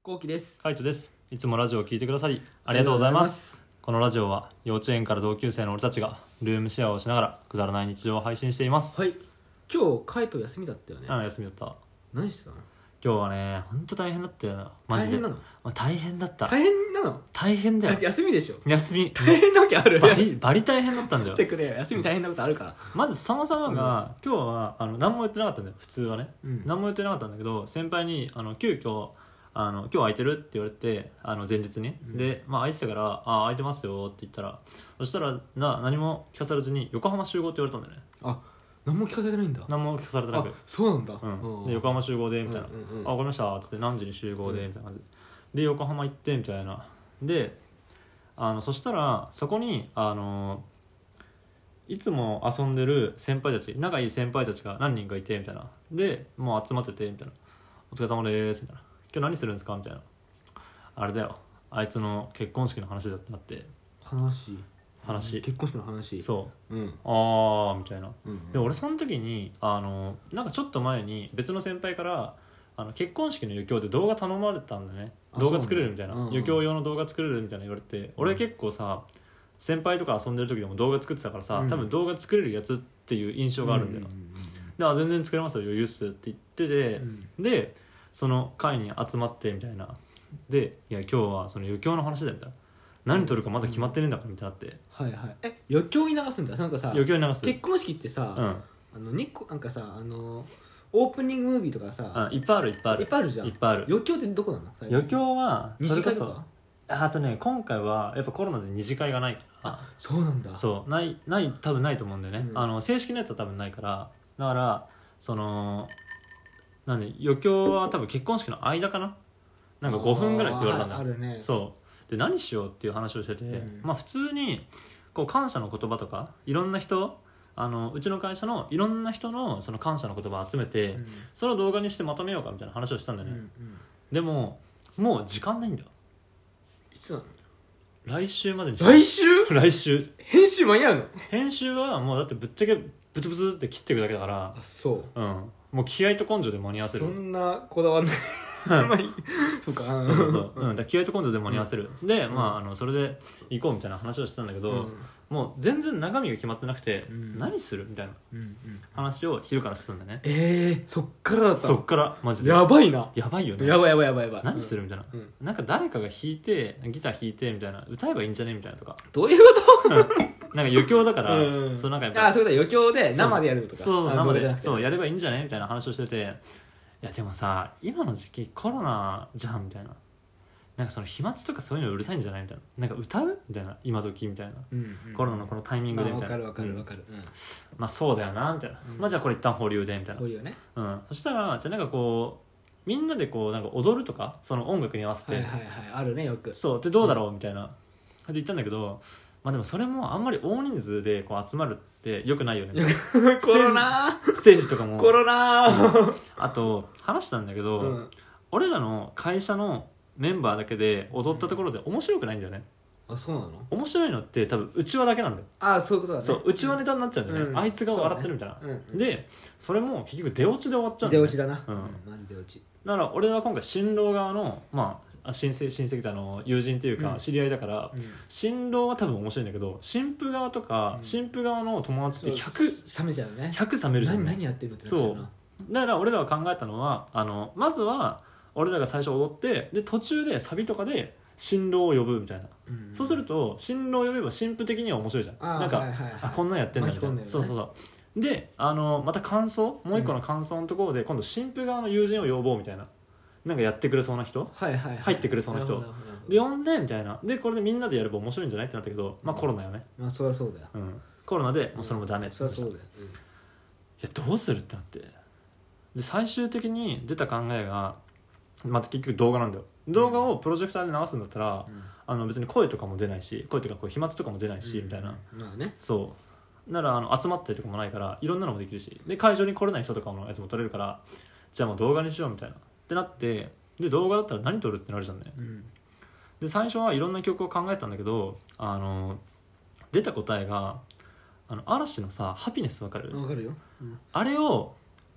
こうきです。 カイトです。いつもラジオを聞いてくださりありがとうございます。このラジオは幼稚園から同級生の俺たちがルームシェアをしながらくだらない日常を配信しています。 はい。今日カイト休みだったよね。 休みだった。 何してたの？ 今日はね、ほんと大変だったよな。マジで。 大変なの？ 大変だった。 大変なの？ 大変だよ。 休みでしょ。 休み。 大変なわけある？ バリ大変だったんだよ。 待ってくれよ。休み大変なことあるから。 まずそもそもが、今日は何も言ってなかったんだよ。普通はね、何も言ってなかったんだけど、先輩に急遽今日空いてるって言われて前日に、で、空いてたから空いてますよって言ったら、そしたら何も聞かされずに横浜集合って言われたんだよね。 何も聞かされてないんだ。 何も聞かされてなく。 そうなんだ、 で横浜集合でみたいな、わかりましたっつって何時に集合でみたいな感じで横浜行ってみたいな。でそしたらそこにいつも遊んでる先輩たち、仲いい先輩たちが何人かいてみたいな。でもう集まっててみたいな、お疲れ様ですみたいな、今日何するんですかみたいな、あれだよ、あいつの結婚式の話だってなって。 結婚式の話。 そう、 みたいな、で俺その時になんかちょっと前に別の先輩から結婚式の余興で動画頼まれたんだよね。動画作れるみたいな、余興用の動画作れるみたいな言われて、俺結構さ先輩とか遊んでる時でも動画作ってたからさ、多分動画作れるやつっていう印象があるんだよ、で全然作れますよ余裕っすって言ってて、でその会に集まってみたいな。でいや今日はその余興の話だよみたいな、何撮るかまだ決まってねえんだからみたいになって、 余興に流すんだ。なんかさ、 余興に流す。 結婚式ってさ、なんかさオープニングムービーとかさ、 いっぱいあるじゃん。 いっぱいある。 余興ってどこなの？ 余興は二次会とか？ 今回はやっぱコロナで二次会がないから。 そうなんだ。 そう多分ないと思うんだよね、正式なやつは多分ないから。だから余興は多分結婚式の間かな、なんか5分ぐらいって言われたんだよ。 あるね。 そうで何しようっていう話をしてて、普通にこう感謝の言葉とかいろんな人、うちの会社のいろんな人のその感謝の言葉を集めて、それを動画にしてまとめようかみたいな話をしたんだよね、でももう時間ないんだよ。 いつなの？ 来週までに。 来週編集間に合うの？ 編集はもうだってぶっちゃけブツブツって切っていくだけだから。もう気合と根性で間に合わせる。 そんなこだわんないそうか、 だ気合と根性で間に合わせる、でそれで行こうみたいな話をしてたんだけど、もう全然中身が決まってなくて、何するみたいな話を昼からしてたんだね。 そっからだった。 そっからマジでやばいな。 やばいよね。 やばい何するみたいな、なんか誰かが弾いてギター弾いてみたいな、歌えばいいんじゃねみたいなとか。 どういうこと？ なんか余興だから、そうなんかやっぱそうだ、余興で生でやるとか。 そう生でやればいいんじゃねみたいな話をしてて、いやでもさ今の時期コロナじゃんみたいな、なんかその飛沫とかそういうのうるさいんじゃないみたいな、なんか歌うみたいな、今時みたいな、コロナのこのタイミングでみたいな。 わかる、 そうだよなみたいな、じゃあこれ一旦保留でみたいな。 保留ね。 そしたらじゃあなんかこうみんなでこうなんか踊るとか、その音楽に合わせて、 あるねよく。 そうでどうだろうみたいなで言ったんだけど、でもそれもあんまり大人数でこう集まるってよくないよね。 コロナステージとかもコロナあと話したんだけど、俺らの会社のメンバーだけで踊ったところで面白くないんだよね。 そうなの？ 面白いのって多分うちわだけなんだよ。 そういうことだね。 そううちわネタになっちゃうんだよね、あいつが笑ってるみたいな、でそれも結局出落ちで終わっちゃうんだよね。 出落ちだな、マジ出落ちだから俺は今回新郎側の親戚と友人っていうか知り合いだから、新郎は多分面白いんだけど、新婦側とか、新婦側の友達って 100冷めちゃうね。 100冷めるじゃん。 何やってるのってなっちゃうな。 だから俺らは考えたのはまずは俺らが最初踊って、で途中でサビとかで新郎を呼ぶみたいな、そうすると新郎を呼べば新婦的には面白いじゃん。なんかこんなんやってんだみたいな、そうでまた感想、もう一個の感想のところで今度新婦側の友人を呼ぼうみたいな、なんかやってくれそうな人、入ってくれそうな人で呼んでみたいな。でこれでみんなでやれば面白いんじゃないってなったけど、コロナよね。 そりゃそうだよ、 コロナでもうそれもダメってそりゃそうだよ、 いやどうするってなって、で最終的に出た考えがまた結局動画なんだよ。動画をプロジェクターで流すんだったら、別に声とかも出ないし、声とかこう飛沫とかも出ないし、みたいな。そうなら集まったりとかもないからいろんなのもできるし、で会場に来れない人とかのやつも撮れるから、じゃあもう動画にしようみたいなってなって、で動画だったら何撮るってなるじゃんね、で最初はいろんな曲を考えたんだけど、出た答えが嵐のさハピネスわかる？ わかるよ、 あれを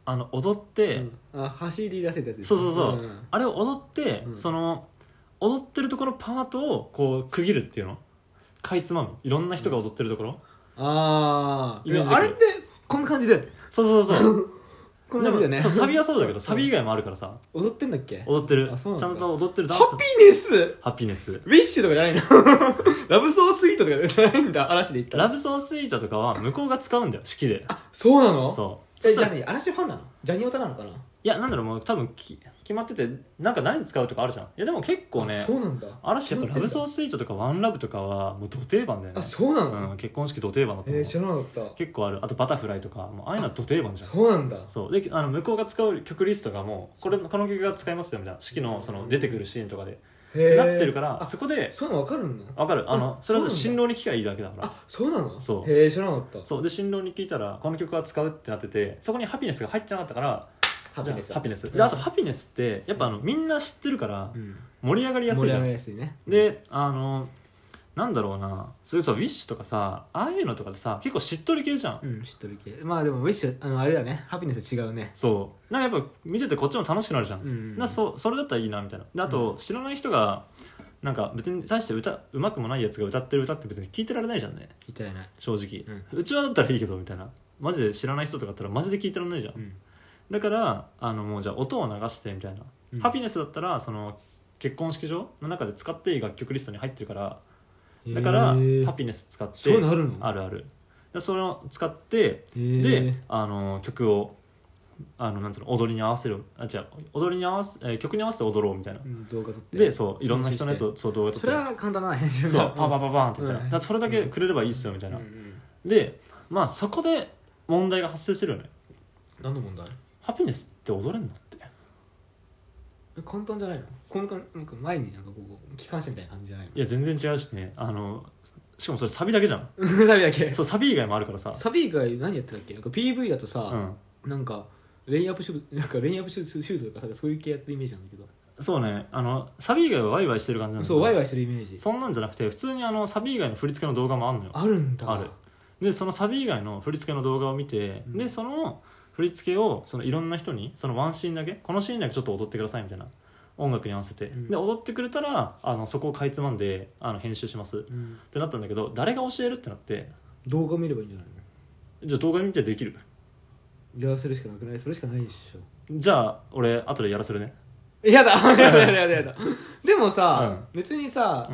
踊って、 走り出せたやつです。 そうそうそう、あれを踊って、その踊ってるところパートをこう区切るっていうの、かいつまむ、いろんな人が踊ってるところ、 あれってこんな感じで、 そうこんな感じだよね。 そう、サビはそうだけどサビ以外もあるからさ。 踊ってんだっけ？ 踊ってる、ちゃんと踊ってるダンス。 ハピネスウィッシュとかじゃないのラブソースイートとかじゃないんだ、嵐で言ったら。 ラブソースイートとかは向こうが使うんだよ、式で。 そうなの？ そうじゃあ何、嵐ファンなの？ジャニオタなのかな？ いや、なんだろう、もう多分決まってて、なんか何使うとかあるじゃん。いやでも結構ね、 そうなんだ。 嵐やっぱラブソースイートとかワンラブとかはもうド定番だよね。 そうなの？ 結婚式ド定番だった。 知らなかった。 結構ある。あとバタフライとかもうああいうのはド定番じゃん。 そうなんだ。 そうで、向こうが使う曲リストがもうこの曲が使いますよみたいな、式のその出てくるシーンとかでなってるから、そこでそういうの分かるの？ 分かる。それは新郎に聞きゃいいだけだから。 そうなの？ そう。 知らなかった。 そうで、新郎に聞いたらこの曲は使うってなってて、そこにハピネスが入ってなかったから、ハピネスで、あとハピネスってやっぱみんな知ってるから盛り上がりやすいじゃん。 盛り上がりやすいね。 で、なんだろうな、それこそウィッシュとかさ、ああいうのとかでさ、結構しっとり系じゃん。 しっとり系。まあでもウィッシュあれだね、ハピネス違うね。 そうなんかやっぱ見ててこっちも楽しくなるじゃん。それだったらいいなみたいな。で、あと知らない人がなんか別に対してうまくもないやつが歌ってる歌って別に聞いてられないじゃんね。 聞いてられない、 正直。うちはだったらいいけどみたいな、マジで知らない人とかだったらマジで聞いてられないじゃん。だからもうじゃあ音を流してみたいな、ハピネスだったらその結婚式場の中で使っていい楽曲リストに入ってるから、だからハピネス使って、 そういうのあるの？ ある。でそれを使って、で曲をなんつうの、踊りに合わせる、踊りに合わせ、曲に合わせて踊ろうみたいな、 動画撮って、 でそういろんな人のやつを動画撮って、 それは簡単な編集。 そうパパパパンって言ったら、だからそれだけくれればいいっすよみたいな。でまあそこで問題が発生してるよね。 何の問題？ ハピネスって踊れんのって。 簡単じゃないの？なんか前になんかこう機関車みたいな感じじゃないの？ いや全然違うしね。しかもそれサビだけじゃんサビだけ。 そう、サビ以外もあるからさ。 サビ以外何やってたっけ？なんか PV だとさ、なんかレインアップシューズとかさ、そういう系やってるイメージなんだけど。 そうね、サビ以外はワイワイしてる感じなんだけど、 そうワイワイしてるイメージ。 そんなんじゃなくて普通にサビ以外の振り付けの動画もあるのよ。 あるんだ。 ある。でそのサビ以外の振り付けの動画を見て、でその振り付けをそのいろんな人にそのワンシーンだけ、このシーンだけちょっと踊ってくださいみたいな、音楽に合わせて、で踊ってくれたらそこをかいつまんで編集します、ってなったんだけど、誰が教えるってなって、 動画見ればいいんじゃないの？ じゃあ動画見てできる？ やらせるしかなくない？それしかないでしょ。 じゃあ俺後でやらせるね。 やだでもさ、別にさ、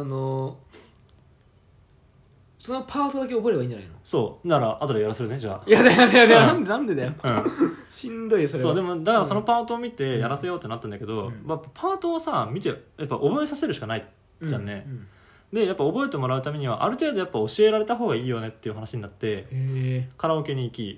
そのパートだけ覚えればいいんじゃないの？そうなら後でやらせるね。じゃあやだなんでだよ、しんどいよそれは。 そうでもだからそのパートを見てやらせようってなったんだけど、パートをさ見てやっぱ覚えさせるしかないじゃんね、でやっぱ覚えてもらうためにはある程度やっぱ教えられた方がいいよねっていう話になって、カラオケに行き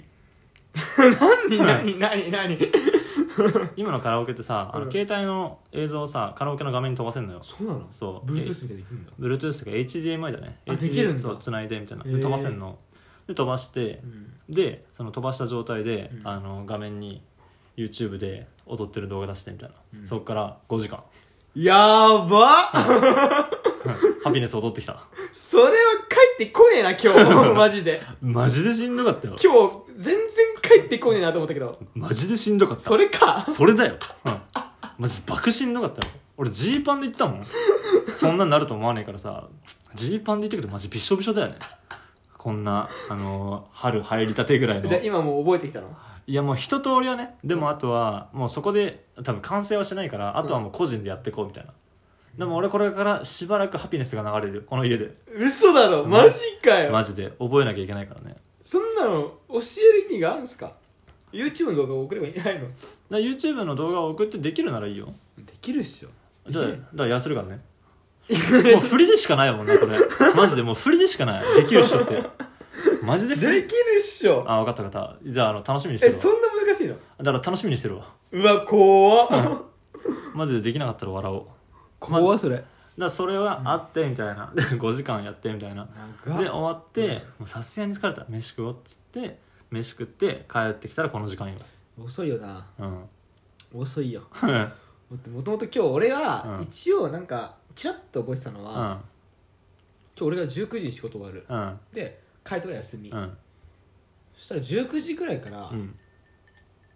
何今のカラオケってさ、携帯の映像をさカラオケの画面に飛ばせるのよ。 そうなの？ そう Bluetooth みたいにできるんだ。 Bluetooth とか HDMI だね。 できるんだ。 そう繋いでみたいな、で飛ばせんので、飛ばして、でその飛ばした状態で、画面に YouTube で踊ってる動画出してみたいな、そっから5時間やばハピネス踊ってきた。 それは帰ってこねえな今日マジでしんどかったよ今日。全然帰ってこねえなと思ったけど、 マジでしんどかった。 それか。 それだよ、マジで爆しんどかったよ。俺ジーパンで行ったもんそんなんなると思わねえからさ、ジーパンで行ったけどマジびしょびしょだよね。こんな春入りたてぐらいの。 じゃあ今もう覚えてきたの？ いやもう一通りはね。でもあとはもうそこで多分完成はしないから、あとはもう個人でやっていこうみたいな。でも俺これからしばらくハピネスが流れるこの家で。 嘘だろ、マジかよ。 マジで覚えなきゃいけないからね。 そんなの教える意味があるんですか？ YouTube の動画を送ればいいんじゃないの？ YouTube の動画を送ってできるならいいよ。 できるっしょ。 じゃあだからやするからねもう振りでしかないもんなこれ。マジでもう振りでしかない。できるっしょってマジで振り。 できるっしょ。 分かったじゃあ楽しみにしてるわ。 そんな難しいの？ だから楽しみにしてるわ。 うわ怖っマジでできなかったら笑おう。 怖っそれ。だからそれはあってみたいな、で5時間やってみたいなで終わって、さすがに疲れた、飯食おうっつって飯食って帰ってきたらこの時間よ。 遅いよな。遅いよもともと今日俺が一応なんかチラッと覚えてたのは、今日俺が19時に仕事終わる、で帰ってから休み、そしたら19時ぐらいから、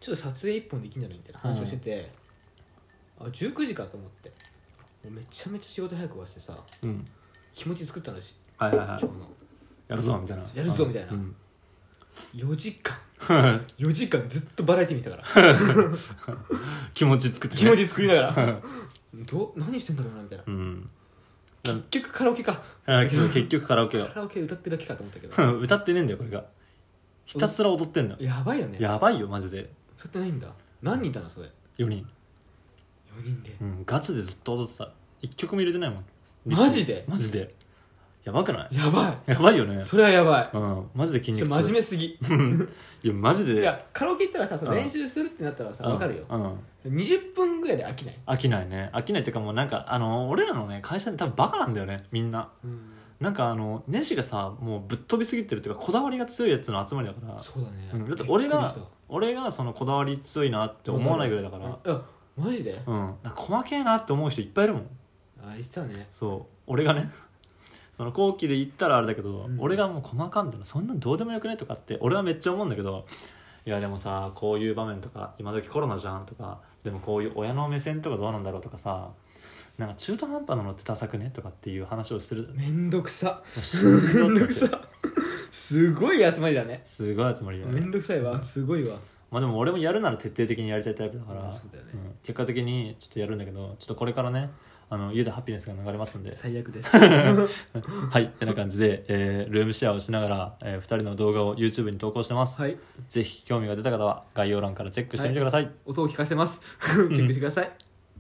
ちょっと撮影1本できんじゃないみたいな話をしてて、あ19時かと思って、もうめちゃめちゃ仕事早く終わってさ、うん、気持ち作ったのし、 はいはいはい、今日のやるぞみたいな、やるぞみたいな、うん、4時間4時間ずっとバラエティ見てたから気持ち作って、ね、 気持ち作りながら何してんだろうなみたいな、うん、結局カラオケか結局カラオケよカラオケ歌ってるだけかと思ったけど歌ってねえんだよこれが、ひたすら踊ってんの。 やばいよね。 やばいよマジで。 歌ってないんだ。何人いたのそれ。 4人。 4人で、 うん、ガチでずっと踊ってた。1曲も入れてないもん。 マジでマジでやばくない？ やばい。 やばいよね。 それはやばい。 うん、マジで筋肉痛。 真面目すぎいやマジで。 いやカラオケ行ったらさ、その練習するってなったらさ、分かるよ、20分ぐらいで飽きない？ 飽きないね。飽きないっていうか、もうなんか俺らのね会社に多分バカなんだよねみんな、なんかネジがさもうぶっ飛びすぎてるっていうか、こだわりが強いやつの集まりだから。 そうだね、 だって俺がそのこだわり強いなって思わないぐらいだから。 いやマジで、 なんか細けえなって思う人いっぱいいるもん。 あ、言ってたね。 そう俺がねその後期で言ったらあれだけど、俺がもう細かんだらそんなんどうでもよくねとかって俺はめっちゃ思うんだけど、いやでもさこういう場面とか今時コロナじゃんとか、でもこういう親の目線とかどうなんだろうとかさ、なんか中途半端なのってダサくねとかっていう話をする。 めんどくさめんどくさすごい集まりだね。 すごい集まりだね。 めんどくさいわ、すごいわ。 まあでも俺もやるなら徹底的にやりたいタイプだから、 そうだよね、 結果的にちょっとやるんだけど、ちょっとこれからね家でハピネスが流れますんで最悪ですはいってな感じで、ルームシェアをしながら、2人の動画を YouTube に投稿してます、はい、ぜひ興味が出た方は概要欄からチェックしてみてください、 音を聞かせますチェックしてください、